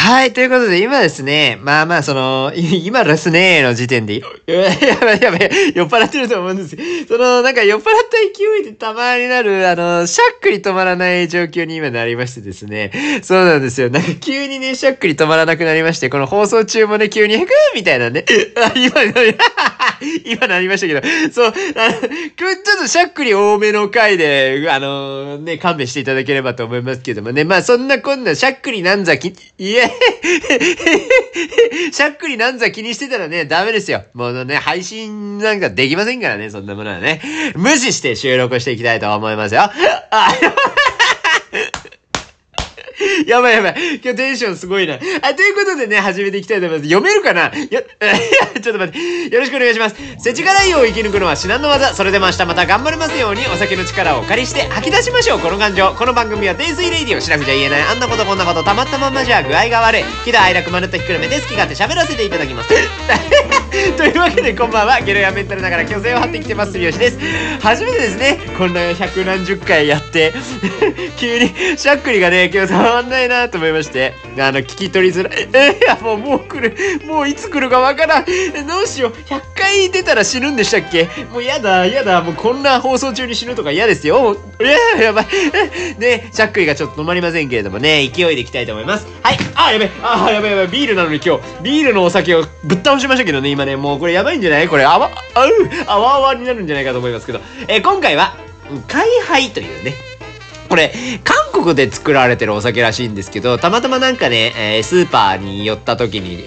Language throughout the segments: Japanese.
はい、ということで、今ですね、今ですね、の時点で、やばい、酔っ払ってると思うんですよ。なんか酔っ払った勢いでたまになる、しゃっくり止まらない状況に今なりましてですね。そうなんですよ。なんか急にね、しゃっくり止まらなくなりまして、この放送中もね、急に、みたいなね。今なりましたけど、そう、今日ちょっとしゃっくり多めの回で、勘弁していただければと思いますけどもね。まあ、そんなこんな、しゃっくりなんざき、いえ、しゃっくりなんざ気にしてたらね、ダメですよ。もうね、配信なんかできませんからね、そんなものはね。無視して収録していきたいと思いますよ。やばい。今日テンションすごいな。ということでね、始めていきたいと思います。読めるかなちょっと待って。よろしくお願いします。世知辛いを生き抜くのは至難の技。それでも明日また頑張れますように、お酒の力をお借りして吐き出しましょう。この感情。この番組は泥酔レイディオ。しなくちゃ言えない。あんなことこんなこと、たまったまんまじゃ具合が悪い。喜怒哀楽まるっとひっくるめて好き勝手喋らせていただきます。というわけでこんばんは。ゲロやメンタルながら虚勢を張ってきてます。よしです。初めてですね。こんな百何十回やって、急にしゃっくりがね、今日たまんないなと思いまして、聞き取りづらい。いや、もう来る。もういつ来るかわからん。どうしよう。100回出たら死ぬんでしたっけ？もうやだ。もうこんな放送中に死ぬとか嫌ですよ。やばい。ね、しゃっくりがちょっと止まりませんけれどもね、勢いでいきたいと思います。はい。やばい。ビールなのに今日、ビールのお酒をぶっ倒しましたけどね、今ね、もうこれやばいんじゃない？これ、あわになるんじゃないかと思いますけど。今回は、海杯というね、これ、韓国で作られてるお酒らしいんですけど、たまたまなんかね、スーパーに寄った時に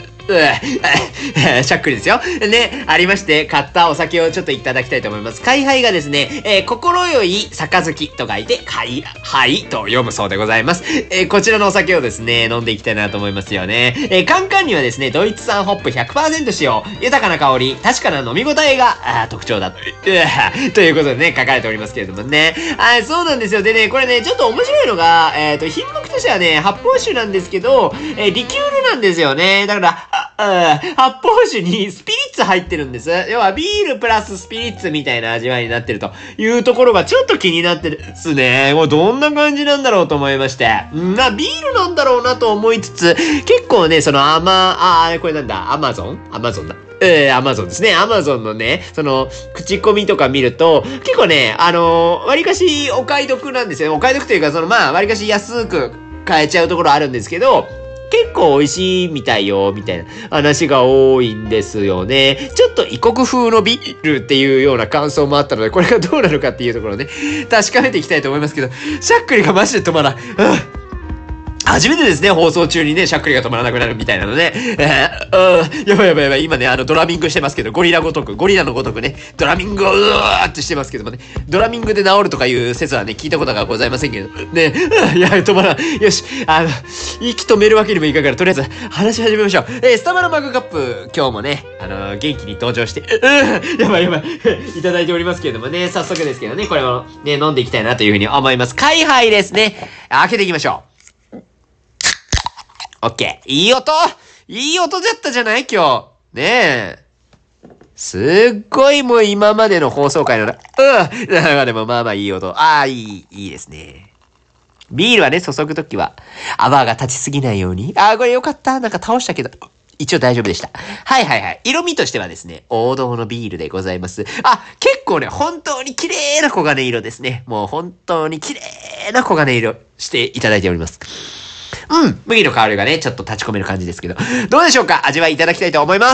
しゃっくりですよ。ね、ありまして、買ったお酒をちょっといただきたいと思います。海杯がですね、心よい杯と書いて、海杯と読むそうでございます。こちらのお酒をですね、飲んでいきたいなと思いますよね。カンカンにはですね、ドイツ産ホップ 100% 使用、豊かな香り、確かな飲み応えが特徴だということでね、書かれておりますけれどもね。そうなんですよ。でね、これね、ちょっと面白いのが、品目としてはね、発泡酒なんですけど、リキュールなんですよね。だから、発泡酒にスピリッツ入ってるんです。要はビールプラススピリッツみたいな味わいになってるというところがちょっと気になってですね。もうどんな感じなんだろうと思いまして。ビールなんだろうなと思いつつ、結構ね、これなんだ、アマゾンだ。アマゾンですね。アマゾンのね、口コミとか見ると、結構ね、割かしお買い得なんですよ。お買い得というか、割かし安く買えちゃうところあるんですけど、結構美味しいみたいよ、みたいな話が多いんですよね。ちょっと異国風のビールっていうような感想もあったので、これがどうなるかっていうところをね、確かめていきたいと思いますけど、しゃっくりがマジで止まらん。初めてですね、放送中にね、しゃっくりが止まらなくなるみたいなのね。やばい。今ね、ドラミングしてますけど、ゴリラのごとくね、ドラミングをってしてますけどもね、ドラミングで治るとかいう説はね、聞いたことがございませんけど、ね、止まらん。よし、息止めるわけにもいかんから、とりあえず、話し始めましょう。スタバのマグカップ、今日もね、元気に登場して、やばい。いただいておりますけれどもね、早速ですけどね、これをね、飲んでいきたいなというふうに思います。海杯ですね。開けていきましょう。オッケー。いい音だったじゃない今日。ねえ。すっごいもう今までの放送回のでもまあいい音。いいですね。ビールはね、注ぐときは泡が立ちすぎないように。これよかった。なんか倒したけど。一応大丈夫でした。はい。色味としてはですね、王道のビールでございます。結構ね、本当に綺麗な黄金色ですね。もう本当に綺麗な黄金色していただいております。麦の香りがね、ちょっと立ち込める感じですけど。どうでしょうか？味わいいただきたいと思います。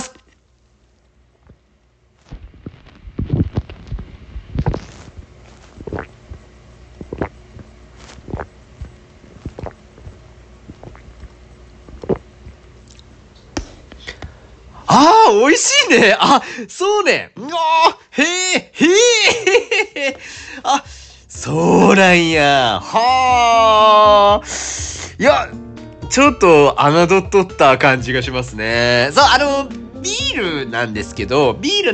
美味しいね。そうね。へえ。そうなんや。いや、ちょっと侮っとった感じがしますね。そう、ビールなんですけど、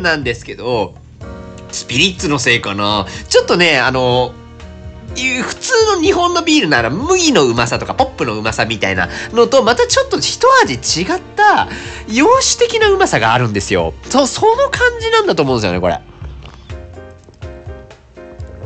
スピリッツのせいかな。ちょっとね、普通の日本のビールなら麦のうまさとかポップのうまさみたいなのとまたちょっと一味違った洋酒的なうまさがあるんですよ。その感じなんだと思うんですよね、これ。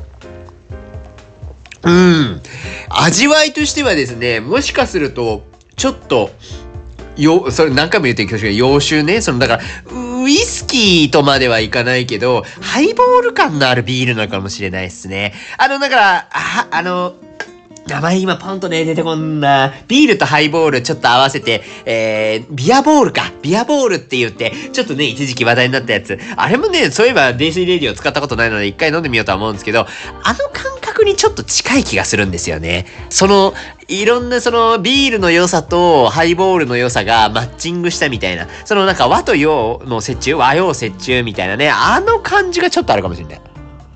味わいとしてはですね、もしかするとちょっと、それ何回も言ってるけど、洋酒ね。だから、ウイスキーとまではいかないけど、ハイボール感のあるビールなのかもしれないですね。だから、名前今ポンとね、出てこんな。ビールとハイボールちょっと合わせて、ビアボールか。ビアボールって言って、ちょっとね、一時期話題になったやつ。あれもね、そういえば、デイスイレディオ使ったことないので、一回飲んでみようとは思うんですけど、あの感覚にちょっと近い気がするんですよね。いろんなビールの良さとハイボールの良さがマッチングしたみたいな。なんか和と洋の折衷、和洋折衷みたいなね、あの感じがちょっとあるかもしれない。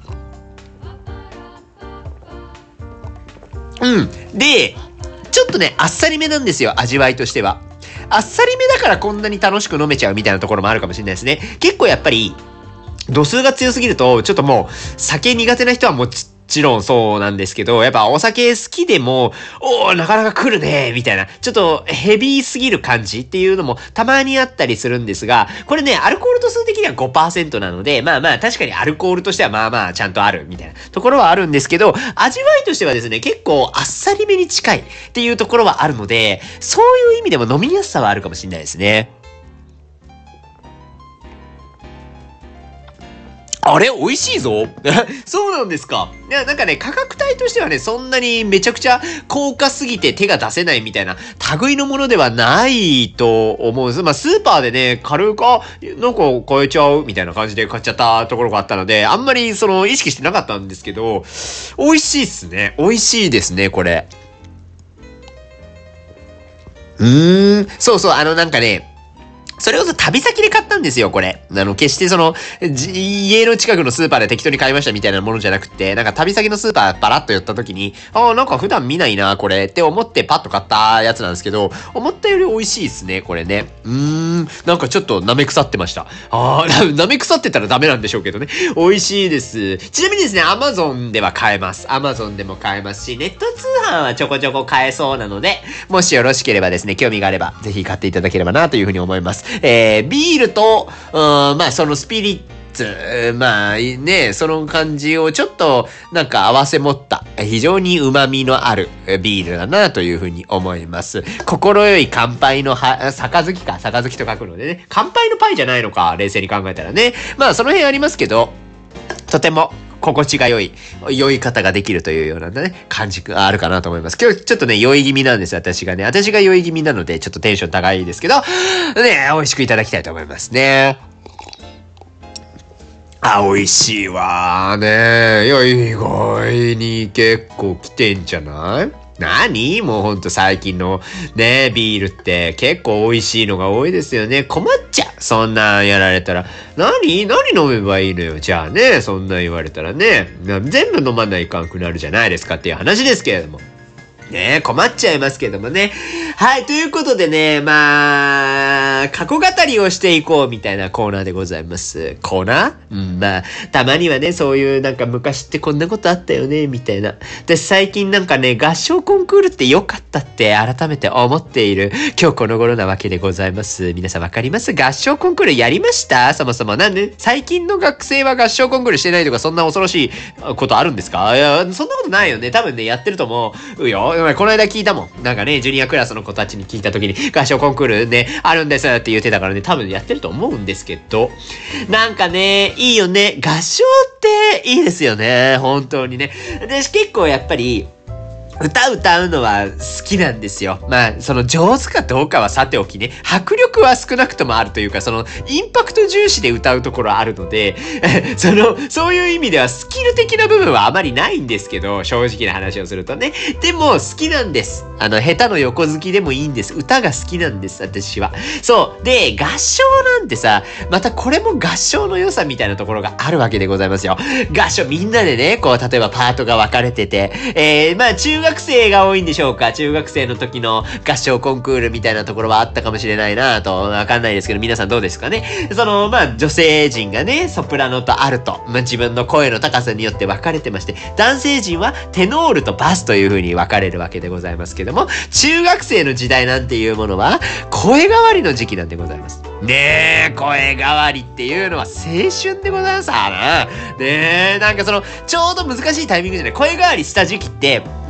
うん。で、ちょっとね、あっさりめなんですよ、味わいとしては。あっさりめだからこんなに楽しく飲めちゃうみたいなところもあるかもしれないですね。結構やっぱり、度数が強すぎると、ちょっともう、酒苦手な人はもちろんそうなんですけど、やっぱお酒好きでも、なかなか来るね、みたいな、ちょっとヘビーすぎる感じっていうのもたまにあったりするんですが、これね、アルコール度数的には 5% なので、まあまあ確かにアルコールとしてはまあまあちゃんとあるみたいなところはあるんですけど、味わいとしてはですね、結構あっさりめに近いっていうところはあるので、そういう意味でも飲みやすさはあるかもしれないですね。あれ美味しいぞそうなんですか。いや、なんかね、価格帯としてはね、そんなにめちゃくちゃ高価すぎて手が出せないみたいな類のものではないと思うんです。まあ、スーパーでね、軽く、なんか買えちゃうみたいな感じで買っちゃったところがあったので、あんまり意識してなかったんですけど、美味しいっすね。美味しいですね、これ。そうそう、なんかね、それこそ旅先で買ったんですよ、これ。決して家の近くのスーパーで適当に買いましたみたいなものじゃなくて、なんか旅先のスーパーバラッと寄った時に、なんか普段見ないな、これって思ってパッと買ったやつなんですけど、思ったより美味しいですね、これね。なんかちょっと舐め腐ってました。舐め腐ってたらダメなんでしょうけどね。美味しいです。ちなみにですね、Amazon では買えます。Amazon でも買えますし、ネット通販はちょこちょこ買えそうなので、もしよろしければですね、興味があれば、ぜひ買っていただければなというふうに思います。ビールと、まあ、スピリッツ、まあね、その感じをちょっとなんか合わせ持った非常に旨味のあるビールだなというふうに思います。心よい乾杯の杯か、杯と書くのでね、乾杯のパイじゃないのか、冷静に考えたらね。まあその辺ありますけど、とても心地が良い方ができるというようなね、感じがあるかなと思います。今日ちょっとね、酔い気味なんです、私が酔い気味なので、ちょっとテンション高いですけど、ね、美味しくいただきたいと思いますね。美味しいわーね。いや、意外に結構来てんじゃない？もうほんと最近のね、ビールって結構美味しいのが多いですよね。困っちゃう。そんなんやられたら。何飲めばいいのよ。じゃあね、そんなん言われたらね、全部飲まないかんくなるじゃないですかっていう話ですけれども。ね困っちゃいますけどもね。はい、ということでね、まあ、過去語りをしていこうみたいなコーナーでございます。コーナーまあ、たまにはね、そういうなんか昔ってこんなことあったよね、みたいな。で、最近なんかね、合唱コンクールって良かったって改めて思っている今日この頃なわけでございます。皆さんわかります？合唱コンクールやりました？そもそも。なんで、最近の学生は合唱コンクールしてないとかそんな恐ろしいことあるんですか？いや、そんなことないよね。多分ね、やってると思うよ。この間聞いたもん。なんかね、ジュニアクラスの子たちに聞いた時に合唱コンクールね、あるんですって言ってたからね、多分やってると思うんですけど、なんかね、いいよね。合唱っていいですよね。本当にね。私結構やっぱり、歌うのは好きなんですよ。まあ、上手かどうかはさておきね、迫力は少なくともあるというか、インパクト重視で歌うところあるので、そういう意味ではスキル的な部分はあまりないんですけど、正直な話をするとね。でも、好きなんです。下手の横好きでもいいんです。歌が好きなんです、私は。そう。で、合唱なんてさ、またこれも合唱の良さみたいなところがあるわけでございますよ。合唱みんなでね、こう、例えばパートが分かれてて、まあ、中学生が多いんでしょうか。中学生の時の合唱コンクールみたいなところはあったかもしれないなと、わかんないですけど、皆さんどうですかね。まあ、女性陣がね、ソプラノとアルト、まあ、自分の声の高さによって分かれてまして、男性陣はテノールとバスという風に分かれるわけでございますけども、中学生の時代なんていうものは、声変わりの時期なんでございます。ねえ、声変わりっていうのは青春でございます。ねえ、なんかちょうど難しいタイミングじゃない。声変わりした時期って、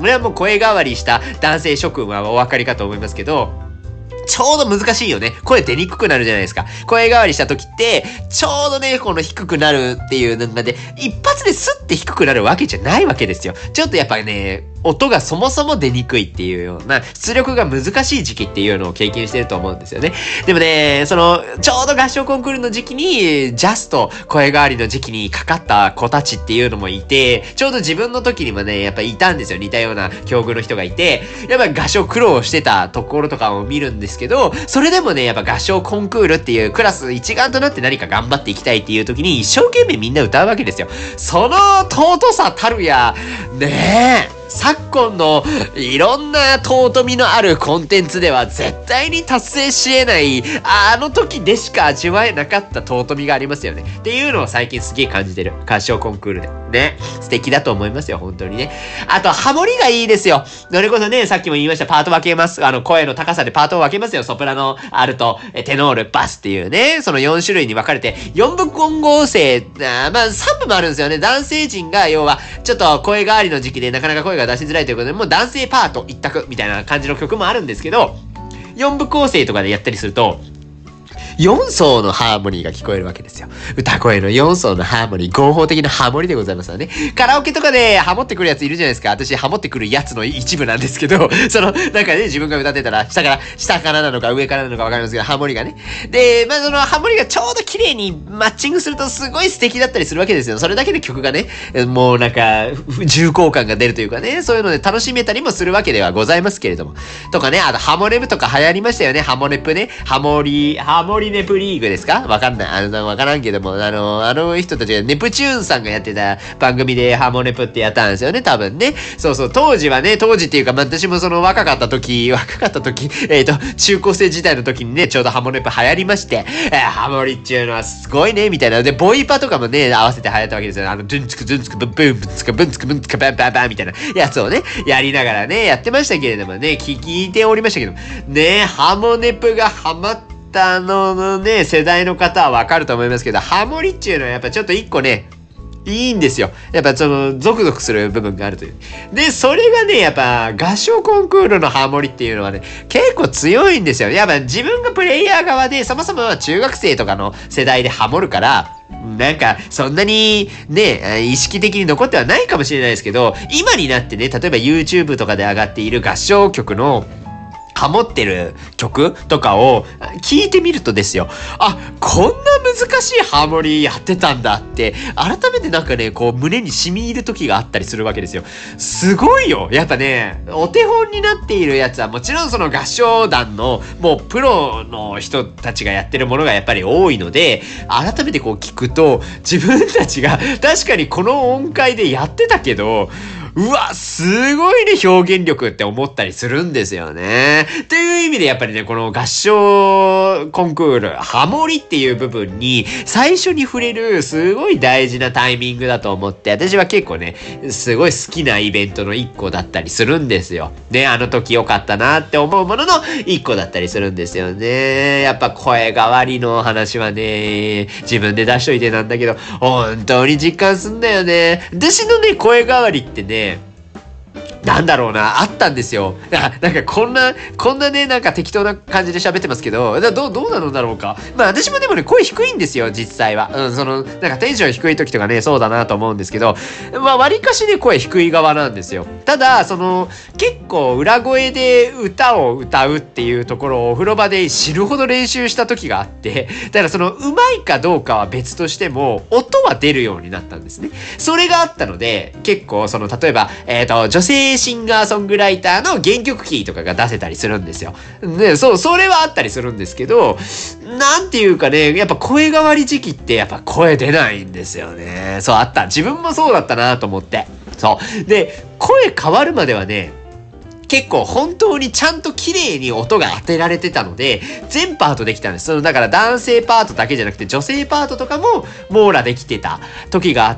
これはもう声変わりした男性諸君はお分かりかと思いますけど、ちょうど難しいよね。声出にくくなるじゃないですか。声変わりした時って、ちょうどね、この低くなるっていうのがで、一発でスッて低くなるわけじゃないわけですよ。ちょっとやっぱね、音がそもそも出にくいっていうような、出力が難しい時期っていうのを経験してると思うんですよね。でもね、ちょうど合唱コンクールの時期に、ジャスト声変わりの時期にかかった子たちっていうのもいて、ちょうど自分の時にもね、やっぱいたんですよ。似たような境遇の人がいて、やっぱ合唱苦労してたところとかを見るんですけど、それでもね、やっぱ合唱コンクールっていうクラス一丸となって何か頑張っていきたいっていう時に、一生懸命みんな歌うわけですよ。その尊さたるや、ねえ。昨今のいろんな尊みのあるコンテンツでは絶対に達成し得ない、あの時でしか味わえなかった尊みがありますよね。っていうのを最近すげえ感じてる。合唱コンクールで。ね。素敵だと思いますよ、本当にね。あと、ハモリがいいですよ。それこそね、さっきも言いました、パート分けます。声の高さでパートを分けますよ。ソプラノ、アルト、テノール、バスっていうね。その4種類に分かれて、4部混合声、まあ3部もあるんですよね。男性陣が、要は、ちょっと声変わりの時期でなかなか声が出しづらいということで、もう男性パート一択みたいな感じの曲もあるんですけど、4部構成とかでやったりすると、4層のハーモニーが聞こえるわけですよ。歌声の4層のハーモニー、合法的なハモリでございますよね。カラオケとかでハモってくるやついるじゃないですか。私ハモってくるやつの一部なんですけど、なんかね、自分が歌ってたら、下からなのか上からなのかわかりますけど、ハモリがね。で、まあそのハモリがちょうど綺麗にマッチングするとすごい素敵だったりするわけですよ。それだけで曲がね、もうなんか、重厚感が出るというかね、そういうので楽しめたりもするわけではございますけれども。とかね、あとハモネプとか流行りましたよね。ハモネプね。ハモリネプリーグですか？わかんない。わからんけども、あの人たちがネプチューンさんがやってた番組でハモネプってやったんですよね、多分ね。そうそう、当時っていうか、まあ、私もその若かった時、中高生時代の時にね、ちょうどハモネプ流行りまして、ハモリっていうのはすごいね、みたいな。で、ボイパとかもね、合わせて流行ったわけですよ。ドゥンツクドゥンツクブンブンブンツクブンツクブンツクバンバンバンみたいなやつをね、やりながらね、やってましたけれどもね、聞いておりましたけど、ね、ハモネプがハマってのね、世代の方はわかると思いますけど、ハモリっていうのはやっぱちょっと一個ね、いいんですよ。やっぱゾクゾクする部分があるという。で、それがね、やっぱ合唱コンクールのハモリっていうのはね、結構強いんですよ。やっぱ自分がプレイヤー側で、そもそもは中学生とかの世代でハモるから、なんか、そんなにね、意識的に残ってはないかもしれないですけど、今になってね、例えば YouTube とかで上がっている合唱曲のハモってる曲とかを聞いてみるとですよ。あ、こんな難しいハーモニーやってたんだって、改めてなんかね、こう胸に染み入る時があったりするわけですよ。すごいよ。やっぱね、お手本になっているやつはもちろんその合唱団のもうプロの人たちがやってるものがやっぱり多いので、改めてこう聞くと自分たちが確かにこの音階でやってたけど、うわ、すごいね、表現力って思ったりするんですよね。という意味でやっぱりね、この合唱コンクール、ハモリっていう部分に最初に触れるすごい大事なタイミングだと思って、私は結構ね、すごい好きなイベントの一個だったりするんですよ。ね、あの時良かったなって思うものの一個だったりするんですよね。やっぱ声変わりの話はね、自分で出しといてなんだけど、本当に実感すんだよね。私のね、声変わりってね、なんだろうな、あったんですよ。なんかこんなね、なんか適当な感じで喋ってますけど、どうなのだろうか。まあ私もでもね、声低いんですよ、実際は。なんかテンション低い時とかね、そうだなと思うんですけど、まあ割かしね、声低い側なんですよ。ただ、結構裏声で歌を歌うっていうところをお風呂場で死ぬほど練習した時があって、だからうまいかどうかは別としても、音は出るようになったんですね。それがあったので、結構例えば、女性シンガーソングライターの原曲キーとかが出せたりするんですよ。で、それはあったりするんですけど、なんていうかね、やっぱ声変わり時期ってやっぱ声出ないんですよね。そう、あった。自分もそうだったなと思って。そう。で、声変わるまではね、結構本当にちゃんと綺麗に音が当てられてたので、全パートできたんです。だから男性パートだけじゃなくて女性パートとかも網羅できてた時があって、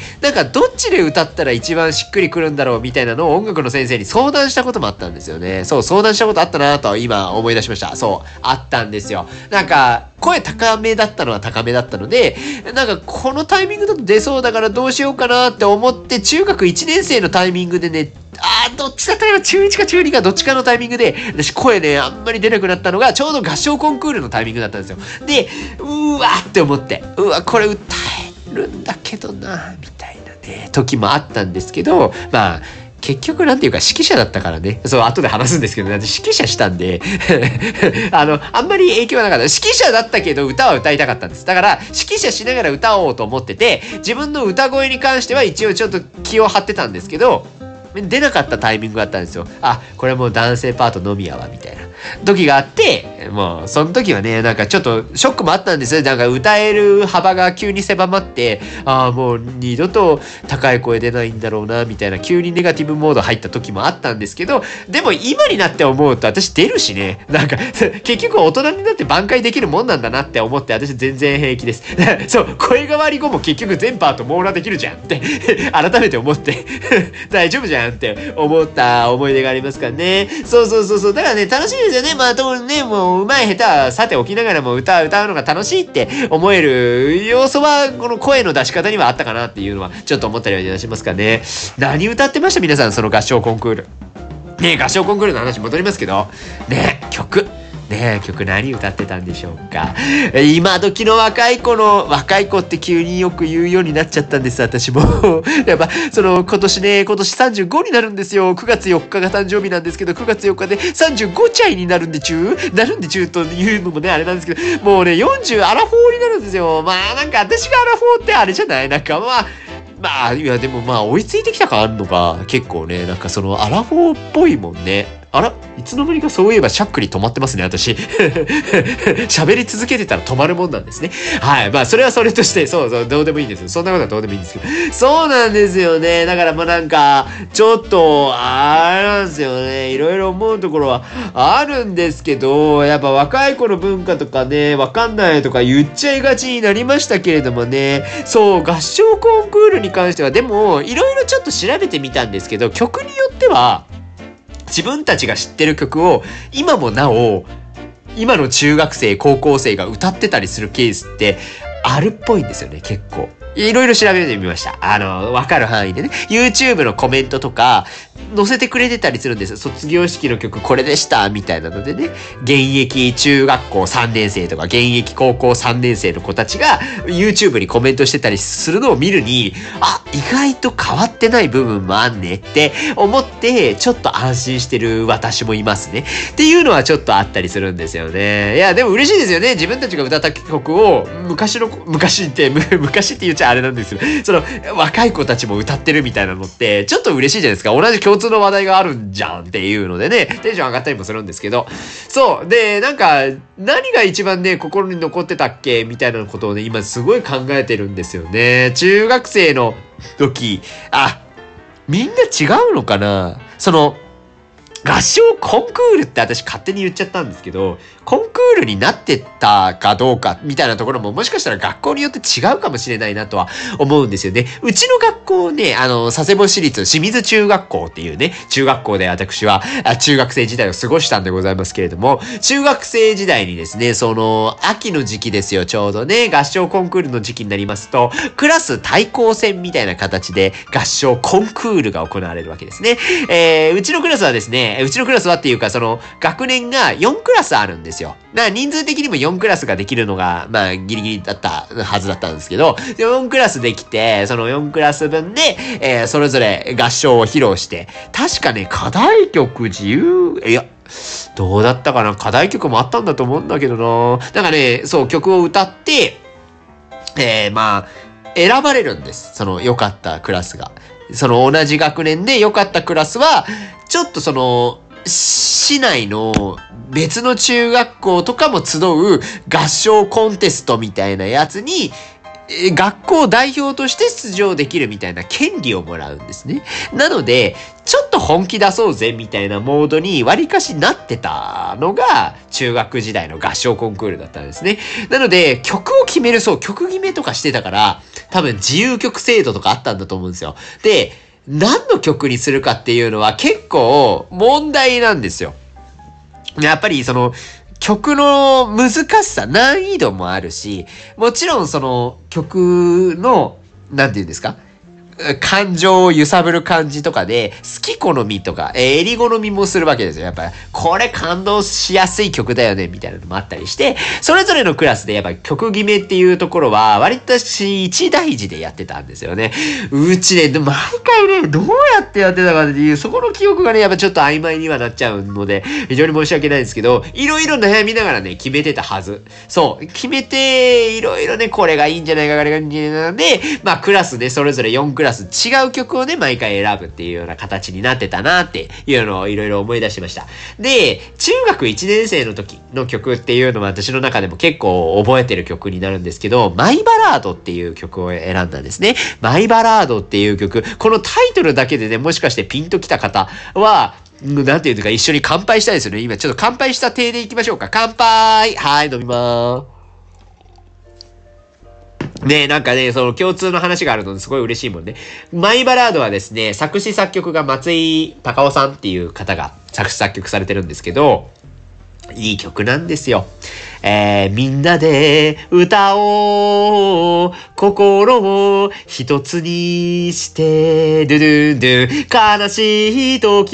なんかどっちで歌ったら一番しっくりくるんだろうみたいなのを音楽の先生に相談したこともあったんですよね。そう、相談したことあったなと今思い出しました。そう、あったんですよ。なんか、声高めだったのは高めだったので、なんかこのタイミングだと出そうだからどうしようかなって思って、中学1年生のタイミングでね、 どっちだったかな、中1か中2かどっちかのタイミングで、私声ね、あんまり出なくなったのが、ちょうど合唱コンクールのタイミングだったんですよ。で、うわって思って、これ歌えるんだけどな、みたいなね、時もあったんですけど、まあ、結局なんていうか指揮者だったからね。そう、後で話すんですけど、私指揮者したんであんまり影響はなかった。指揮者だったけど歌は歌いたかったんです。だから、指揮者しながら歌おうと思ってて、自分の歌声に関しては一応ちょっと気を張ってたんですけど、出なかったタイミングがあったんですよ。これもう男性パートのみやわ、みたいな時があって、もう、その時はね、なんかちょっとショックもあったんですよ。なんか歌える幅が急に狭まって、もう二度と高い声出ないんだろうな、みたいな、急にネガティブモード入った時もあったんですけど、でも今になって思うと私出るしね、なんか、結局大人になって挽回できるもんなんだなって思って、私全然平気です。そう、声変わり後も結局全パート網羅できるじゃんって、改めて思って、大丈夫じゃんって思った思い出がありますからね。そう。だからね、楽しいですよね。まあ、ともね、もう、上手い下手はさておきながらも歌うのが楽しいって思える要素は、この声の出し方にはあったかなっていうのは、ちょっと思ったりはしますかね。何歌ってました皆さん、その合唱コンクール。ね、合唱コンクールの話戻りますけど、ね、曲何歌ってたんでしょうか。今時の若い子って急によく言うようになっちゃったんです、私も。やっぱ、今年35になるんですよ。9月4日が誕生日なんですけど、9月4日で35歳になるんでちゅうというのもね、あれなんですけど、もうね、40アラフォーになるんですよ。まあ、なんか私がアラフォーってあれじゃない？なんかいや、でも追いついてきた感あるのが、結構ね、なんかアラフォーっぽいもんね。いつの間にかそういえばシャックに止まってますね、私。喋り続けてたら止まるもんなんですね。はい。それはそれとして、そう、どうでもいいんですよ。そんなことはどうでもいいんですけど。そうなんですよね。だからなんか、ちょっと、あれなんですよね。いろいろ思うところはあるんですけど、やっぱ若い子の文化とかね、わかんないとか言っちゃいがちになりましたけれどもね。そう、合唱コンクールに関しては、でも、いろいろちょっと調べてみたんですけど、曲によっては、自分たちが知ってる曲を今もなお今の中学生高校生が歌ってたりするケースってあるっぽいんですよね。結構いろいろ調べてみました。わかる範囲でね。YouTube のコメントとか載せてくれてたりするんですよ。卒業式の曲これでしたみたいなのでね。現役中学校3年生とか現役高校3年生の子たちが YouTube にコメントしてたりするのを見るに、意外と変わってない部分もあんねって思ってちょっと安心してる私もいますね。っていうのはちょっとあったりするんですよね。いやでも嬉しいですよね。自分たちが歌った曲を昔って言っちゃあれなんですよ。若い子たちも歌ってるみたいなのってちょっと嬉しいじゃないですか。同じ共通の話題があるんじゃんっていうのでね、テンション上がったりもするんですけど、そうでなんか何が一番ね心に残ってたっけみたいなことをね今すごい考えてるんですよね。中学生の時、みんな違うのかな。合唱コンクールって私勝手に言っちゃったんですけど、コンクールになってたかどうかみたいなところももしかしたら学校によって違うかもしれないなとは思うんですよね。うちの学校ね、佐世保市立清水中学校っていうね、中学校で私は中学生時代を過ごしたんでございますけれども、中学生時代にですね、秋の時期ですよ、ちょうどね、合唱コンクールの時期になりますと、クラス対抗戦みたいな形で合唱コンクールが行われるわけですね。うちのクラスはですね、うちのクラスはっていうか、学年が4クラスあるんですよ。人数的にも4クラスができるのが、ギリギリだったはずだったんですけど、4クラスできて、その4クラス分で、それぞれ合唱を披露して、確かね、課題曲どうだったかな、課題曲もあったんだと思うんだけどな。なんかね、そう、曲を歌って、選ばれるんです。良かったクラスが。同じ学年で良かったクラスは、ちょっと市内の別の中学校とかも集う合唱コンテストみたいなやつに、学校代表として出場できるみたいな権利をもらうんですね。なので、ちょっと本気出そうぜみたいなモードに割かしなってたのが中学時代の合唱コンクールだったんですね。なので、曲を決める、曲決めとかしてたから、多分自由曲制度とかあったんだと思うんですよ。で、何の曲にするかっていうのは結構問題なんですよ。やっぱり曲の難しさ、難易度もあるし、もちろん曲の、なんていうんですか、 感情を揺さぶる感じとかで、好き好みとか、襟好みもするわけですよ。やっぱ、これ感動しやすい曲だよね、みたいなのもあったりして、それぞれのクラスでやっぱ曲決めっていうところは、割と一大事でやってたんですよね。うちね、毎回ね、どうやってやってたかっていう、そこの記憶がね、やっぱちょっと曖昧にはなっちゃうので、非常に申し訳ないですけど、いろいろ悩みながらね、決めてたはず。そう、決めて、いろいろね、これがいいんじゃないか、これがいいんじゃないかで、まあ、クラスでそれぞれ4クラス違う曲をね、毎回選ぶっていうような形になってたなっていうのをいろいろ思い出しました。で、中学1年生の時の曲っていうのは私の中でも結構覚えてる曲になるんですけど、マイバラードっていう曲を選んだんですね。マイバラードっていう曲、このタイトルだけでね、もしかしてピンときた方は、なんていうか一緒に乾杯したいですよね。今ちょっと乾杯した体でいきましょうか。乾杯。はい、飲みまーす。ねえ、なんかね、その共通の話があるのですごい嬉しいもんね。マイバラードはですね、作詞作曲が松井隆夫さんっていう方が作詞作曲されてるんですけど、いい曲なんですよ。みんなで歌おう、心を一つにして、ドゥドゥンドゥン、悲しい時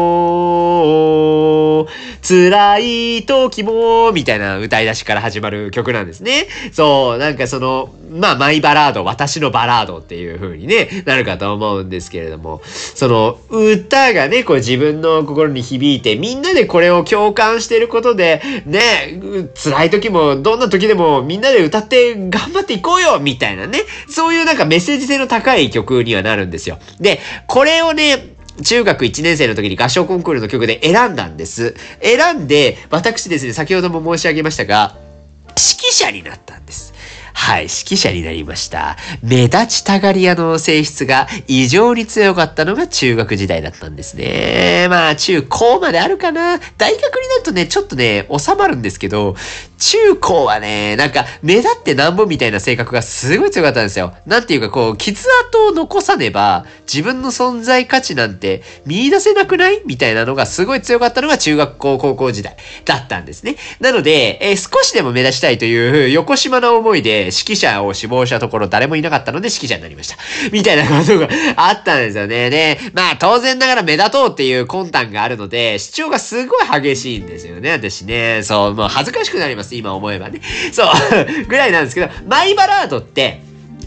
も、辛い時も、みたいな歌い出しから始まる曲なんですね。そう、なんかその、まあ、マイバラード、私のバラードっていう風にね、なるかと思うんですけれども、その、歌がね、こう自分の心に響いて、みんなでこれを共感していることで、ね、辛い時も、どんな時でもみんなで歌って頑張っていこうよみたいなね。そういうなんかメッセージ性の高い曲にはなるんですよ。で、これをね、中学1年生の時に合唱コンクールの曲で選んだんです。選んで、私ですね、先ほども申し上げましたが、指揮者になったんです。はい、指揮者になりました。目立ちたがり屋の性質が異常に強かったのが中学時代だったんですね。まあ、中高まであるかな。大学になるとね、ちょっとね、収まるんですけど、中高はね、なんか、目立ってなんぼみたいな性格がすごい強かったんですよ。なんていうかこう、傷跡を残さねば、自分の存在価値なんて見出せなくないみたいなのがすごい強かったのが中学校、高校時代だったんですね。なので、少しでも目立ちたいという横島な思いで、指揮者を志望したところ誰もいなかったので指揮者になりました。みたいなことがあったんですよね。で、まあ当然ながら目立とうっていう魂胆があるので、主張がすごい激しいんですよね、私ね。そう、もう恥ずかしくなります、今思えばね。そう、ぐらいなんですけど、マイバラードって、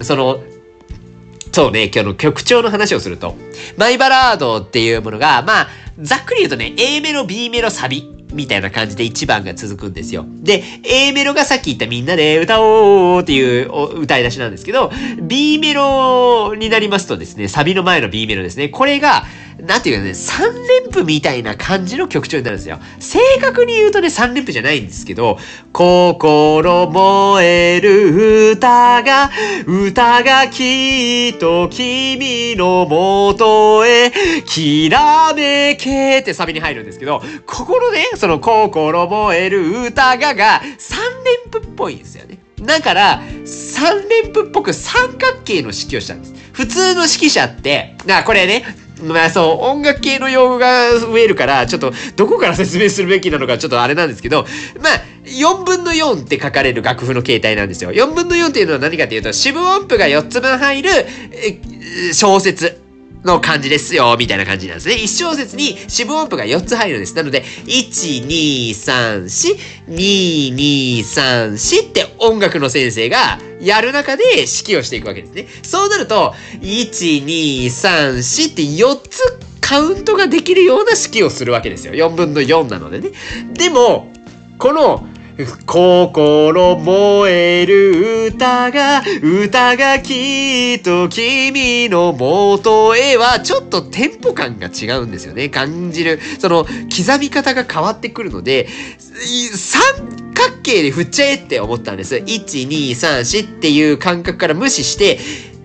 そうね、今日の曲調の話をすると、マイバラードっていうものが、まあ、ざっくり言うとね、A メロ、B メロ、サビ。みたいな感じで1番が続くんですよ。で、A メロがさっき言ったみんなで歌おうっていう歌い出しなんですけど、B メロになりますとですね、サビの前の B メロですね。これが、なんていうかね、3連符みたいな感じの曲調になるんですよ。正確に言うとね、3連符じゃないんですけど、心燃える歌がきっと君のもとへ、きらめけってサビに入るんですけど、ここのね、その心燃える歌が3連符っぽいんですよね。だから、3連符っぽく三角形の指揮をしたんです。普通の指揮者って、これね、まあそう、音楽系の用語が増えるから、ちょっとどこから説明するべきなのかちょっとあれなんですけど、まあ、4分の4って書かれる楽譜の形態なんですよ。4分の4っていうのは何かっていうと、四分音符が4つ分入る、小節。の感じですよ、みたいな感じなんですね。1小節に四分音符が4つ入るんです。なので、1、2、3、4、2、2、3、4って音楽の先生がやる中で指揮をしていくわけですね。そうなると、1、2、3、4って4つカウントができるような指揮をするわけですよ。4分の4なのでね。でも、この、心燃える歌がきっと君のもとへはちょっとテンポ感が違うんですよね。感じるその刻み方が変わってくるので、三角形で振っちゃえって思ったんです。1、2、3、4っていう感覚から無視して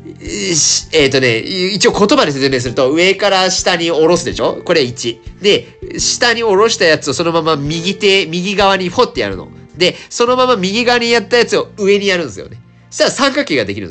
一応言葉で説明すると、上から下に下ろすでしょ？これ1。で、下に下ろしたやつをそのまま右側にフォってやるの。で、そのまま右側にやったやつを上にやるんですよね。そしたら三角形ができるんですよ。っ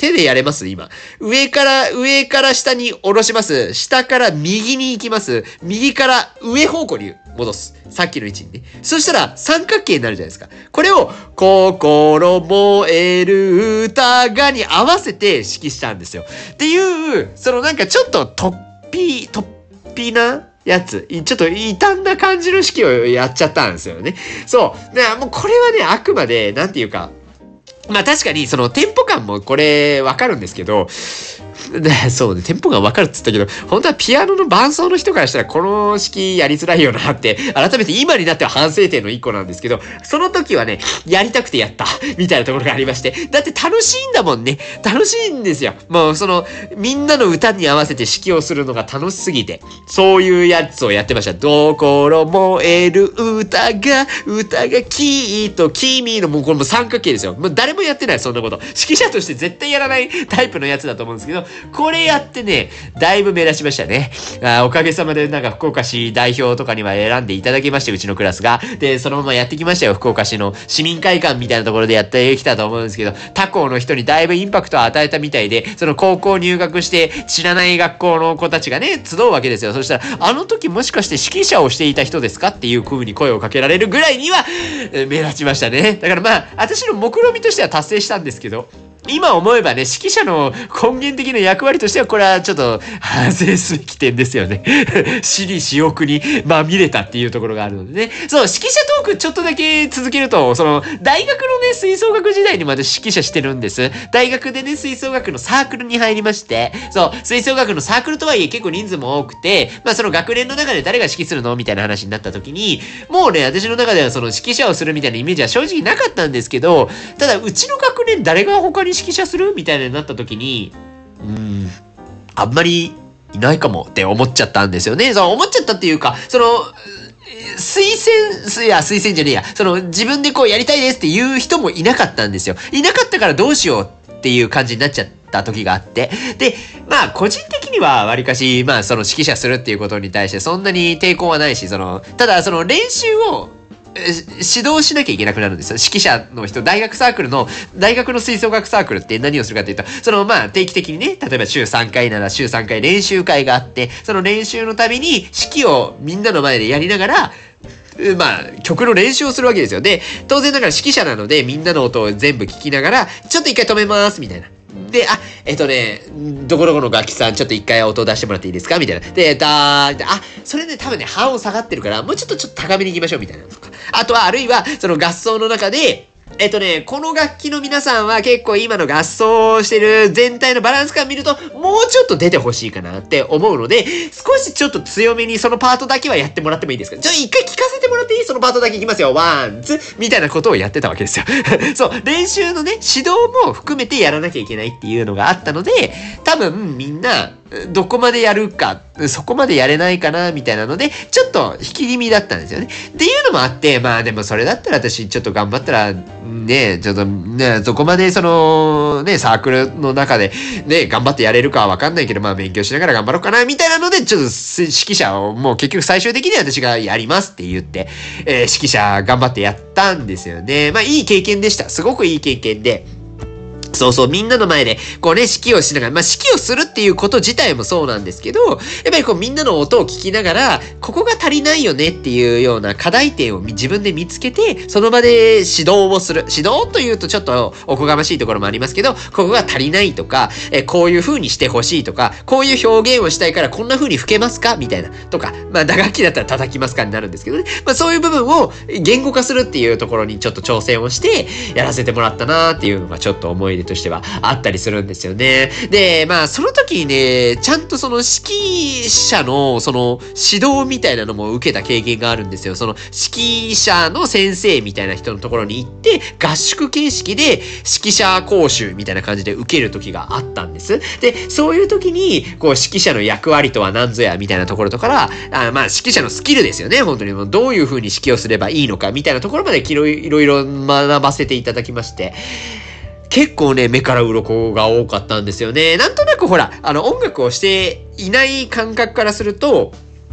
手でやれます今。上から下に下ろします。下から右に行きます。右から上方向に戻す。さっきの位置にね。そしたら三角形になるじゃないですか。これを、心燃える歌がに合わせて指揮したんですよ。っていう、なんかちょっと突飛なやつ。ちょっと異端な感じの式をやっちゃったんですよね。そう。だからもうこれはね、あくまで、なんていうか、まあ確かにテンポ感もこれわかるんですけど、そうね、テンポ感わかるっつったけど、本当はピアノの伴奏の人からしたらこの式やりづらいよなって、改めて今になっては反省点の一個なんですけど、その時はね、やりたくてやった、みたいなところがありまして、だって楽しいんだもんね。楽しいんですよ。もうみんなの歌に合わせて指揮をするのが楽しすぎて、そういうやつをやってました。心燃える歌がきっと君の、もうこれも三角形ですよ。もう誰もやってない、そんなこと。指揮者として絶対やらないタイプのやつだと思うんですけど、これやってね、だいぶ目立ちましたね。おかげさまでなんか福岡市代表とかには選んでいただきまして、うちのクラスが。で、そのままやってきましたよ。福岡市の市民会館みたいなところでやってきたと思うんですけど、他校の人にだいぶインパクトを与えたみたいで、高校入学して知らない学校の子たちがね、集うわけですよ。そしたら、あの時もしかして指揮者をしていた人ですかっていう風に声をかけられるぐらいには、目立ちましたね。だからまあ、私の目論見としては達成したんですけど、今思えばね、指揮者の根源的な役割としては、これはちょっと反省すべき点ですよね。私利私欲にまみれたっていうところがあるのでね。そう、指揮者トークちょっとだけ続けると、大学のね、吹奏楽時代にまで指揮者してるんです。大学でね、吹奏楽のサークルに入りまして、そう、吹奏楽のサークルとはいえ結構人数も多くて、まあ学年の中で誰が指揮するのみたいな話になった時に、もうね、私の中では指揮者をするみたいなイメージは正直なかったんですけど、ただ、うちの学年誰が他に指揮者するみたいになった時に、あんまりいないかもって思っちゃったんですよね。思っちゃったっていうか、推薦じゃねえや。自分でやりたいですっていう人もいなかったんですよ。いなかったからどうしようっていう感じになっちゃった時があって。で、まあ、個人的にはわりかし、まあ、指揮者するっていうことに対してそんなに抵抗はないし、ただ、練習を、指導しなきゃいけなくなるんですよ。指揮者の人、大学の吹奏楽サークルって何をするかというと、まあ、定期的にね、例えば週3回なら週3回練習会があって、その練習のたびに指揮をみんなの前でやりながら、まあ、曲の練習をするわけですよ。で、当然ながら指揮者なので、みんなの音を全部聞きながら、ちょっと一回止めます、みたいな。で、どこどこの楽器さん、ちょっと一回音を出してもらっていいですかみたいな。で、それね、多分ね、半音下がってるから、もうちょっと高めに行きましょう、みたいなとか。あとは、あるいは、合奏の中で、この楽器の皆さんは結構今の合奏してる全体のバランス感見ると、もうちょっと出てほしいかなって思うので、少しちょっと強めにそのパートだけはやってもらってもいいですか？一回聞かせてもらっていい？そのパートだけいきますよ。ワン、ツーみたいなことをやってたわけですよ。そう、練習のね、指導も含めてやらなきゃいけないっていうのがあったので、多分みんな、どこまでやるか、そこまでやれないかな、みたいなので、ちょっと引き気味だったんですよね。っていうのもあって、まあでもそれだったら私ちょっと頑張ったら、ね、ちょっとね、どこまでね、サークルの中で、ね、頑張ってやれるかはわかんないけど、まあ勉強しながら頑張ろうかな、みたいなので、ちょっと指揮者をもう結局最終的に私がやりますって言って、指揮者頑張ってやったんですよね。まあいい経験でした。すごくいい経験で。そうそう、みんなの前で、指揮をしながら、まあ、指揮をするっていうこと自体もそうなんですけど、やっぱりみんなの音を聞きながら、ここが足りないよねっていうような課題点を自分で見つけて、その場で指導をする。指導というとちょっとおこがましいところもありますけど、ここが足りないとか、こういう風にしてほしいとか、こういう表現をしたいからこんな風に吹けますかみたいな。とか、まあ、打楽器だったら叩きますかになるんですけどね。まあ、そういう部分を言語化するっていうところにちょっと挑戦をして、やらせてもらったなーっていうのがちょっと思い出としてはあったりするんですよね。で、まあその時にね、ちゃんと指揮者の指導みたいなのも受けた経験があるんですよ。指揮者の先生みたいな人のところに行って合宿形式で指揮者講習みたいな感じで受ける時があったんです。で、そういう時に指揮者の役割とは何ぞやみたいなところとからまあ指揮者のスキルですよね。本当にもうどういう風に指揮をすればいいのかみたいなところまでいろいろ学ばせていただきまして。結構ね、目から鱗が多かったんですよね。なんとなくほら、音楽をしていない感覚からすると、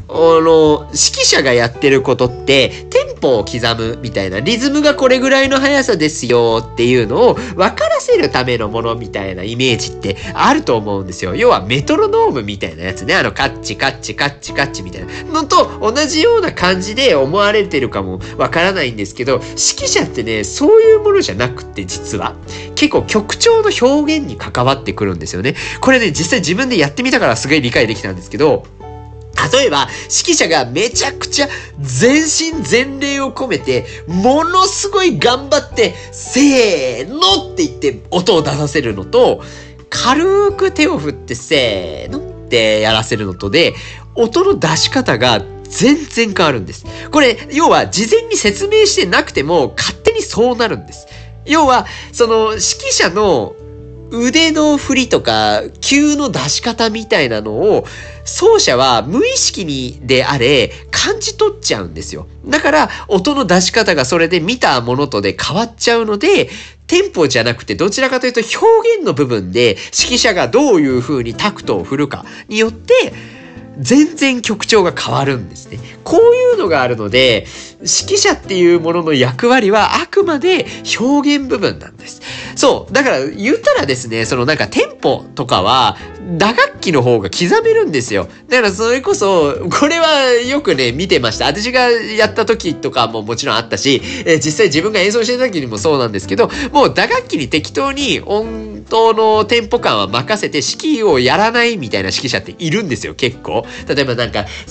指揮者がやってることって、テンポを刻むみたいな、リズムがこれぐらいの速さですよっていうのを分からせるためのものみたいなイメージってあると思うんですよ。要はメトロノームみたいなやつね。カッチカッチカッチカッチみたいなのと同じような感じで思われてるかもわからないんですけど、指揮者ってね、そういうものじゃなくて実は、結構曲調の表現に関わってくるんですよね。これね、実際自分でやってみたからすごい理解できたんですけど、例えば、指揮者がめちゃくちゃ全身全霊を込めて、ものすごい頑張って、せーのって言って音を出させるのと、軽く手を振ってせーのってやらせるのとで、音の出し方が全然変わるんです。これ、要は事前に説明してなくても勝手にそうなるんです。要は、指揮者の腕の振りとか、球の出し方みたいなのを、奏者は無意識にであれ、感じ取っちゃうんですよ。だから、音の出し方がそれで見たものとで変わっちゃうので、テンポじゃなくて、どちらかというと表現の部分で、指揮者がどういう風にタクトを振るかによって、全然曲調が変わるんですね。こういうのがあるので、指揮者っていうものの役割はあくまで表現部分なんです。そう。だから言ったらですね、テンポとかは打楽器の方が刻めるんですよ。だからそれこそ、これはよくね、見てました。私がやった時とかももちろんあったし、実際自分が演奏してる時にもそうなんですけど、もう打楽器に適当に音頭のテンポ感は任せて指揮をやらないみたいな指揮者っているんですよ、結構。例えば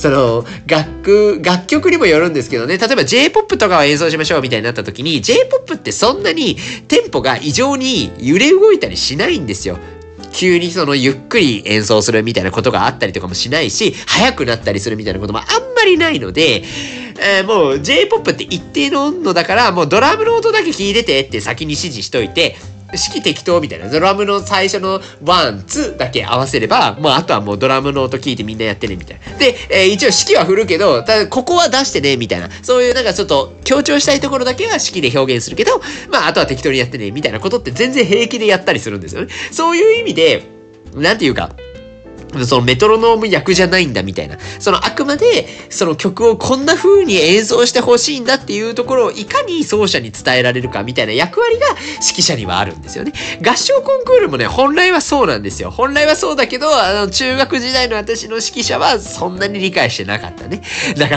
楽曲にもよるんですけどね、例えば J-POP とかを演奏しましょうみたいになった時に、J-POP ってそんなにテンポが異常に揺れ動いたりしないんですよ。急にゆっくり演奏するみたいなことがあったりとかもしないし、速くなったりするみたいなこともあんまりないので、もう J-POP って一定の温度だから、もうドラムの音だけ聞いててって先に指示しといて、指揮適当みたいな、ドラムの最初のワン、ツーだけ合わせれば、もうあとはもうドラムの音聞いてみんなやってね、みたいな。で、一応指揮は振るけど、ただここは出してね、みたいな。そういうちょっと強調したいところだけは指揮で表現するけど、あとは適当にやってね、みたいなことって全然平気でやったりするんですよね。そういう意味で、なんていうか、メトロノーム役じゃないんだみたいな。あくまで、曲をこんな風に演奏してほしいんだっていうところをいかに奏者に伝えられるかみたいな役割が指揮者にはあるんですよね。合唱コンクールもね、本来はそうなんですよ。本来はそうだけど、中学時代の私の指揮者はそんなに理解してなかったね。だから、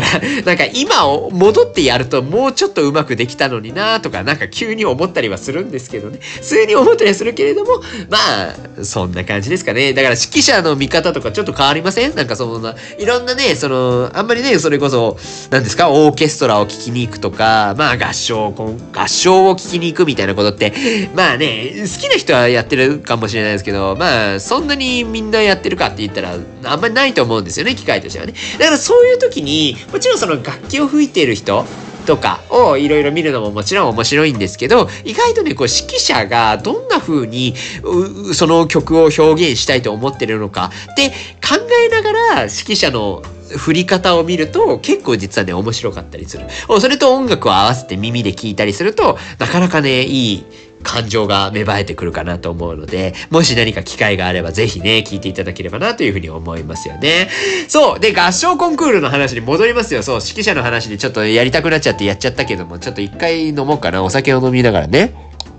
今を戻ってやるともうちょっとうまくできたのになとか、急に思ったりはするんですけどね。普通に思ったりはするけれども、そんな感じですかね。だから指揮者の見方とかちょっと変わりません？いろんなね、あんまりね、それこそ、何ですか、オーケストラを聴きに行くとか、合唱を聴きに行くみたいなことって、好きな人はやってるかもしれないですけど、そんなにみんなやってるかって言ったら、あんまりないと思うんですよね、機会としてはね。だからそういう時に、もちろん楽器を吹いている人、とかをいろいろ見るのももちろん面白いんですけど、意外とね、指揮者がどんな風にその曲を表現したいと思ってるのかって考えながら指揮者の振り方を見ると結構実はね、面白かったりする。それと音楽を合わせて耳で聞いたりすると、なかなかね、いい感情が芽生えてくるかなと思うので、もし何か機会があればぜひね、聞いていただければなというふうに思いますよね。そう。で、合唱コンクールの話に戻りますよ。そう、指揮者の話でちょっとやりたくなっちゃってやっちゃったけども、ちょっと一回飲もうかな。お酒を飲みながらね。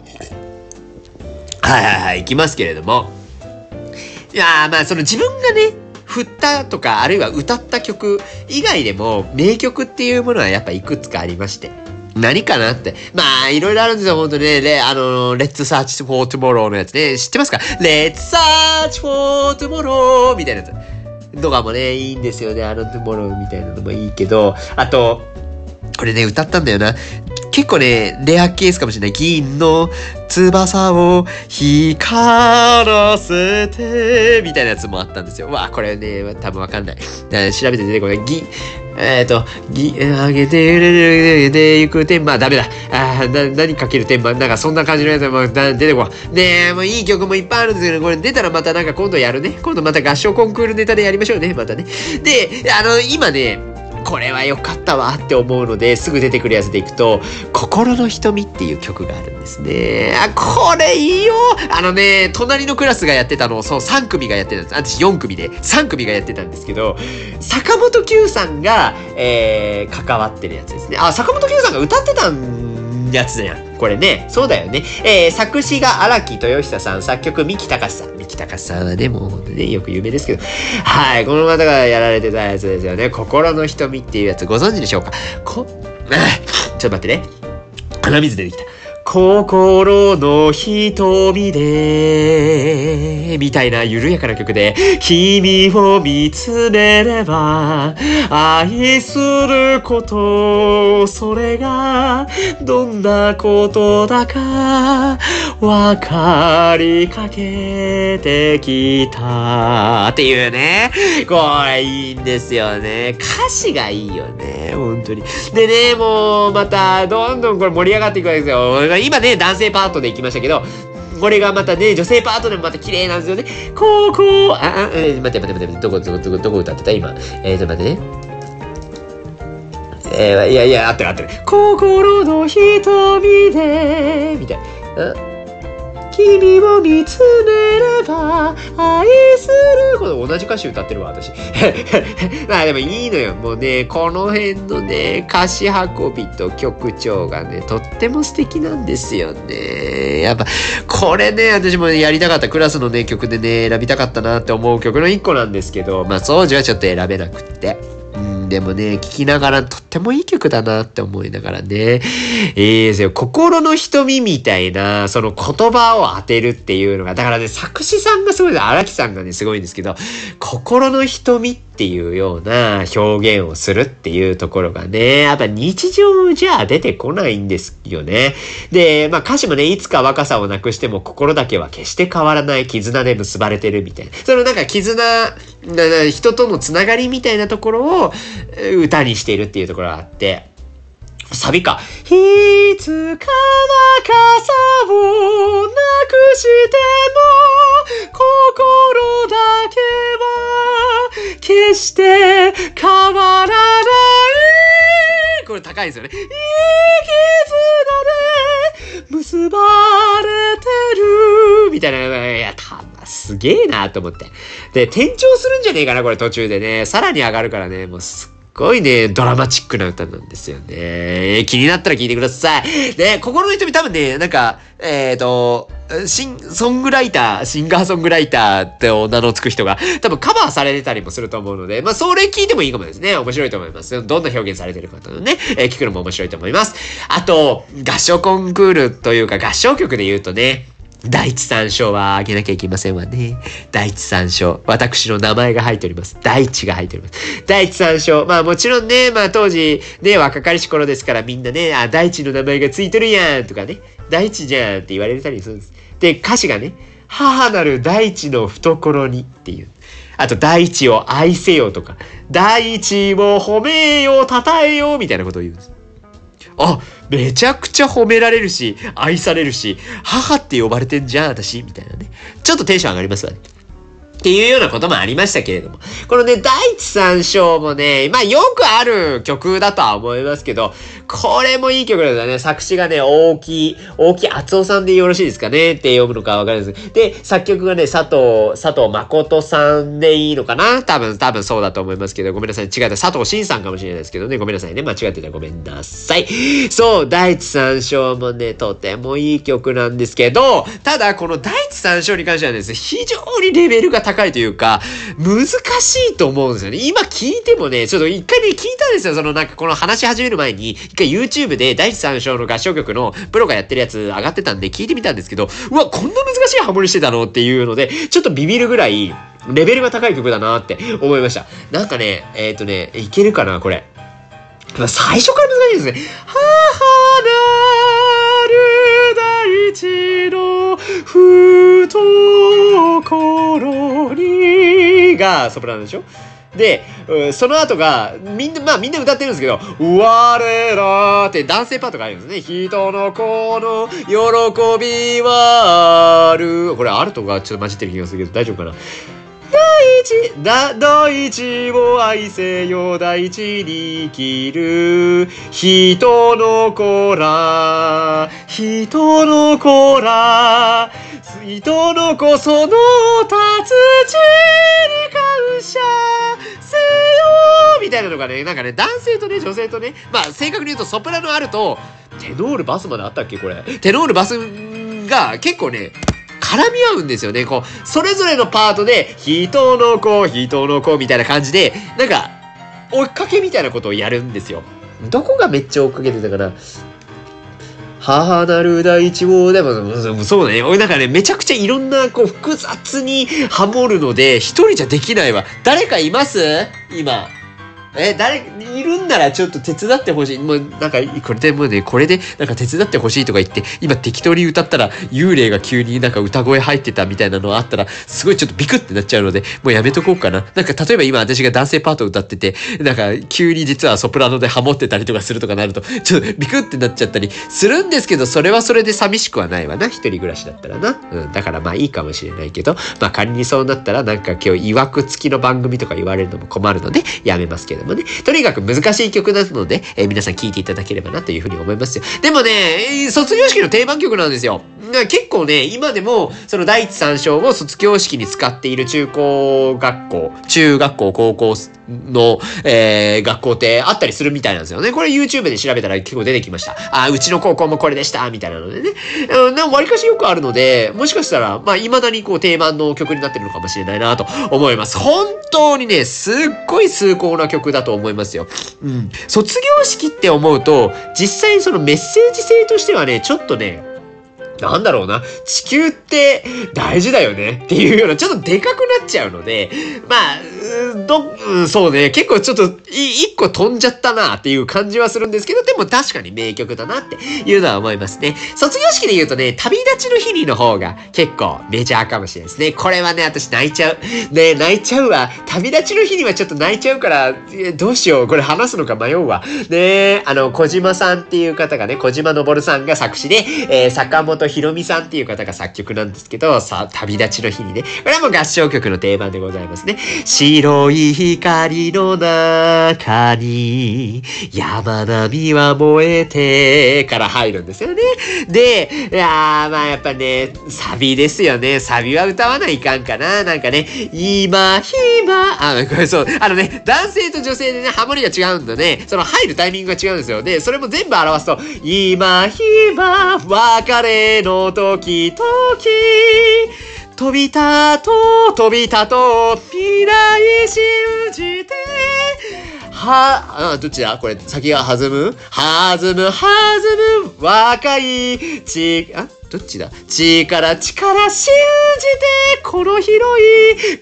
行きますけれども。いやー、自分がね、振ったとか、あるいは歌った曲以外でも、名曲っていうものはやっぱいくつかありまして。何かなって。いろいろあるんですよ、ほんとね。Let's Search for Tomorrow のやつね。知ってますか？ Let's Search for Tomorrow みたいなやつ。とかもね、いいんですよね。Tomorrow みたいなのもいいけど。あと、これね、歌ったんだよな。結構ね、レアケースかもしれない。銀の翼を光らせて、みたいなやつもあったんですよ。これね、多分わかんない。調べて出てこない。あげてで行く天満、ダメだ。何かける天満、そんな感じのやつも出てこない。ねもういい曲もいっぱいあるんですけど、これ出たらまた今度やるね。今度また合唱コンクールネタでやりましょうね、またね。で、今ね、 これは良かったわって思うので、すぐ出てくるやつでいくと、心の瞳っていう曲があるんですね。これいいよ。隣のクラスがやってたのを、そう、3組がやってたんです。私4組で、3組がやってたんですけど、坂本九さんが、関わってるやつですね。坂本九さんが歌ってたやつじゃん。これね。そうだよね。作詞が荒木豊久さん、作曲三木隆さん。三木隆さんはね、もうほんとね、よく有名ですけど。はい。この方がやられてたやつですよね。心の瞳っていうやつご存知でしょうか？ちょっと待ってね。鼻水出てきた。心の瞳で、みたいな緩やかな曲で、君を見つめれば、愛すること、それが、どんなことだか、わかりかけてきた。っていうね。これいいんですよね。歌詞がいいよね。本当に。でね、もう、また、どんどんこれ盛り上がっていくわけですよ。今ね、男性パートで行きましたけど、これがまたね、女性パートでもまた綺麗なんですよね。待って、どこ歌ってた今。待ってね。合ってる。心の瞳で、みたいな。君を見つめれば愛するこれ同じ歌詞歌ってるわ私まあでもいいのよ。もうねこの辺のね歌詞運びと曲調がねとっても素敵なんですよね。やっぱこれね私もやりたかったクラスのね曲でね選びたかったなって思う曲の一個なんですけど、まあ当時はちょっと選べなくってでもね、聴きながらとってもいい曲だなって思いながらね。いいですよ。心の瞳みたいな、その言葉を当てるっていうのが、だからね、作詞さんがすごいです。荒木さんがね、すごいんですけど、心の瞳っていうような表現をするっていうところがね、やっぱ日常じゃ出てこないんですよね。で、まあ歌詞もね、いつか若さをなくしても心だけは決して変わらない絆で結ばれてるみたいな。そのなんか人とのつながりみたいなところを歌にしているっていうところがあって、サビか。いつか若さをなくしても心だけは決して変わらない。これ高いですよね。いい絆で結ばれてるみたいな。いや、すげえなと思って。で、転調するんじゃねえかなこれ途中でね。さらに上がるからね、もうすごいね、ドラマチックな歌なんですよね。気になったら聞いてください。で、心の瞳多分ね、なんか、シンガーソングライターって名の付く人が多分カバーされてたりもすると思うので、まあ、それ聞いてもいいかもですね。面白いと思います。どんな表現されてるかというのね、聞くのも面白いと思います。あと、合唱コンクールというか合唱曲で言うとね、第一三章はあげなきゃいけませんわね。第一三章。私の名前が入っております。第一が入っております。第一三章。まあもちろんね、まあ当時ね、若かりし頃ですからみんなね、第一の名前がついてるやんとかね、第一じゃんって言われたりするんです。で、歌詞がね、母なる大地の懐にっていう。あと、大地を愛せよとか、大地を褒めよ、称えよみたいなことを言うんです。めちゃくちゃ褒められるし、愛されるし、母って呼ばれてんじゃん、私、みたいなね。ちょっとテンション上がりますわね。っていうようなこともありましたけれども。このね、第一三章もね、まあよくある曲だとは思いますけど、これもいい曲ですよね。作詞がね、大木厚夫さんでよろしいですかねって読むのかわかるんです。で、作曲がね、佐藤誠さんでいいのかな多分そうだと思いますけど、ごめんなさい。違った。佐藤慎さんかもしれないですけどね。ごめんなさいね。間違ってたらごめんなさい。そう、第一三章もね、とてもいい曲なんですけど、ただ、この第一三章に関してはですね、非常にレベルが高いというか、難しいと思うんですよね。今聞いてもね、ちょっと一回ね、聞いたんですよ。なんかこの話し始める前に、一回 YouTube で第一三章の合唱曲のプロがやってるやつ上がってたんで聞いてみたんですけど、うわ、こんな難しいハモリしてたのっていうので、ちょっとビビるぐらい、レベルが高い曲だなって思いました。なんかね、いけるかなこれ。最初から難しいですね。母なる大地の懐にがソプラノでしょ。で、その後が、みんな歌ってるんですけど、我らって男性パートがあるんですね。人の子の喜びはある。これ、アルトがちょっと混じってる気がするけど、大丈夫かな。大大地を愛せよ大地に生きる人の子ら人の子その達地に感謝せよみたいなのがね、なんかね、男性とね、女性とね、まあ正確に言うとソプラノあると、テノールバスまであったっけこれ。テノールバスが結構ね、絡み合うんですよね。こう、それぞれのパートで、人の子みたいな感じで、なんか、追っかけみたいなことをやるんですよ。どこがめっちゃ追っかけてたかな。母なる大地を、でも、そうね。俺なんかね、めちゃくちゃいろんな、こう、複雑にハモるので、一人じゃできないわ。誰かいます今。いるんならちょっと手伝ってほしい。もう、なんか、これで、なんか手伝ってほしいとか言って、今適当に歌ったら、幽霊が急になんか歌声入ってたみたいなのあったら、すごいちょっとビクってなっちゃうので、もうやめとこうかな。なんか、例えば今私が男性パートを歌ってて、なんか、急に実はソプラノでハモってたりとかするとかなると、ちょっとビクってなっちゃったりするんですけど、それはそれで寂しくはないわな。一人暮らしだったらな。だからまあいいかもしれないけど、まあ仮にそうなったら、なんか今日、曰く付きの番組とか言われるのも困るので、やめますけどもね。とにかく難しい曲なので、皆さん聴いていただければなというふうに思いますよ。でもね、卒業式の定番曲なんですよ。結構ね、今でも、その第一三章を卒業式に使っている中学校、高校の、学校ってあったりするみたいなんですよね。これ YouTube で調べたら結構出てきました。うちの高校もこれでした、みたいなのでね。割かしよくあるので、もしかしたら、まあ、未だにこう定番の曲になってるのかもしれないなと思います。本当にね、すっごい崇高な曲だと思いますよ。卒業式って思うと、実際にそのメッセージ性としてはね、ちょっとね、なんだろうな。地球って大事だよねっていうような、ちょっとでかくなっちゃうので、まあ、そうね。結構ちょっと、一個飛んじゃったなっていう感じはするんですけど、でも確かに名曲だなっていうのは思いますね。卒業式で言うとね、旅立ちの日にの方が結構メジャーかもしれないですね。これはね、私泣いちゃう。ね、泣いちゃうわ。旅立ちの日にはちょっと泣いちゃうから、どうしよう。これ話すのか迷うわ。ね、小島さんっていう方がね、小島昇さんが作詞で、坂本ひろみさんっていう方が作曲なんですけど、旅立ちの日にね。これはもう合唱曲の定番でございますね。白い光の中に山並みは燃えてから入るんですよね。で、まあやっぱね、サビですよね。サビは歌わないかんかな。なんかね、今、これそう、男性と女性でね、ハモリが違うんだね。その入るタイミングが違うんですよ。で、それも全部表すと、今、別れの時々、飛び立とう、未来信じて、どっちだこれ、先が弾む、若い、どっちだ力信じて、この広い、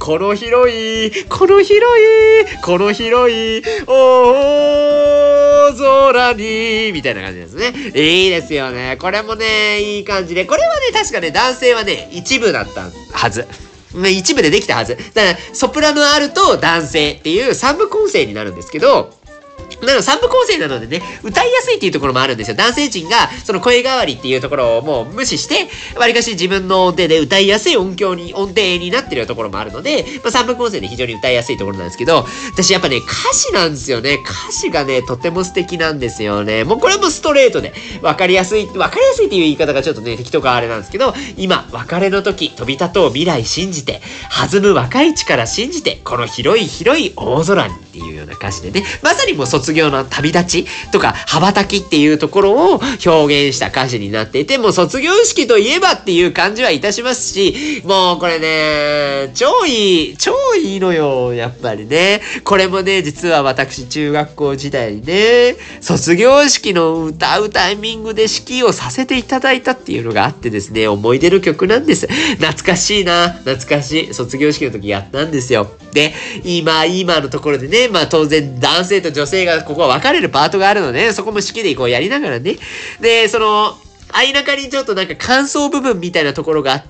大空に、みたいな感じですね。いいですよね。これもね、いい感じで。これはね、確かね、男性はね、一部だったはず。一部でできたはず。だから、ソプラノあると男性っていう三部構成になるんですけど、三部構成なのでね、歌いやすいっていうところもあるんですよ。男性陣が、その声変わりっていうところをもう無視して、わりかし自分の音程で歌いやすい音程になってるところもあるので、三部構成で非常に歌いやすいところなんですけど、私やっぱね、歌詞なんですよね。歌詞がね、とても素敵なんですよね。もうこれもストレートで、わかりやすいっていう言い方がちょっとね、適当かあれなんですけど、今、別れの時、飛び立とう未来信じて、弾む若い力信じて、この広い大空にっていうような歌詞でね、まさにもう卒業の旅立ちとか羽ばたきっていうところを表現した歌詞になっていて、もう卒業式といえばっていう感じはいたしますし、もうこれね、超いいのよ、やっぱりね。これもね、実は私中学校時代にね、卒業式の歌うタイミングで指揮をさせていただいたっていうのがあってですね、思い出の曲なんです。懐かしい。卒業式の時やったんですよ。で、今のところでね、まあ当然男性と女性がここは分かれるパートがあるので、そこも式でこうやりながらね。で、間中にちょっとなんか感想部分みたいなところがあって、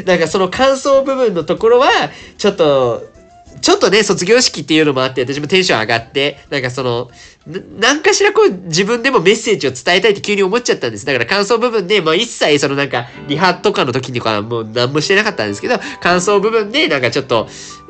なんかその感想部分のところは、ちょっとね、卒業式っていうのもあって、私もテンション上がって、なんかなんかしらこう自分でもメッセージを伝えたいって急に思っちゃったんです。だから感想部分で、一切なんかリハとかの時にはもう何もしてなかったんですけど、感想部分でなんかちょっと、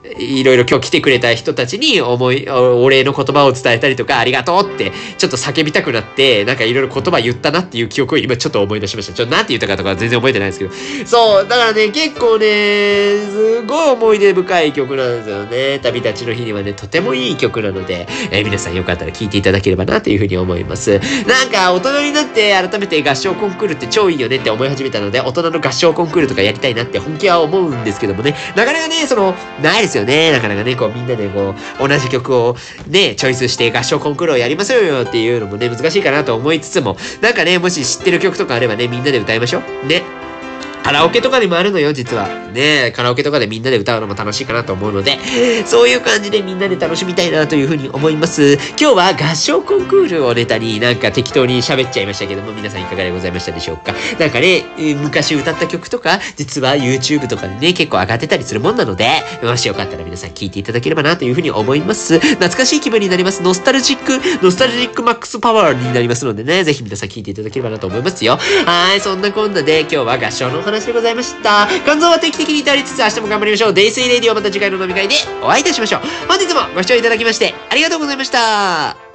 いろいろ今日来てくれた人たちにお礼の言葉を伝えたりとか、ありがとうってちょっと叫びたくなって、なんかいろいろ言葉言ったなっていう記憶を今ちょっと思い出しました。なんて言ったかとか全然覚えてないんですけど。そう、だからね、結構ね、すごい思い出深い曲なんですよね。旅立ちの日にはね、とてもいい曲なので、皆さんよかったら聴いていただければなというふうに思います。なんか大人になって改めて合唱コンクールって超いいよねって思い始めたので、大人の合唱コンクールとかやりたいなって本気は思うんですけどもね、なかなかね、ないですよね。なかなかね、みんなで同じ曲をね、チョイスして合唱コンクールをやりましょうよっていうのもね、難しいかなと思いつつも、なんかね、もし知ってる曲とかあればね、みんなで歌いましょう。ね。カラオケとかでもあるのよ、実は。ね、カラオケとかでみんなで歌うのも楽しいかなと思うので、そういう感じでみんなで楽しみたいなというふうに思います。今日は合唱コンクールをネタになんか適当に喋っちゃいましたけども、皆さんいかがでございましたでしょうか。なんかね、昔歌った曲とか、実は YouTube とかでね、結構上がってたりするもんなので、もしよかったら皆さん聞いていただければなというふうに思います。懐かしい気分になります。ノスタルジックマックスパワーになりますのでね、ぜひ皆さん聞いていただければなと思いますよ。はい、そんなこんなで今日は合唱のお話でございました。肝臓は定期的に至りつつ明日も頑張りましょう。デイスイレディオまた次回の飲み会でお会いいたしましょう。本日もご視聴いただきましてありがとうございました。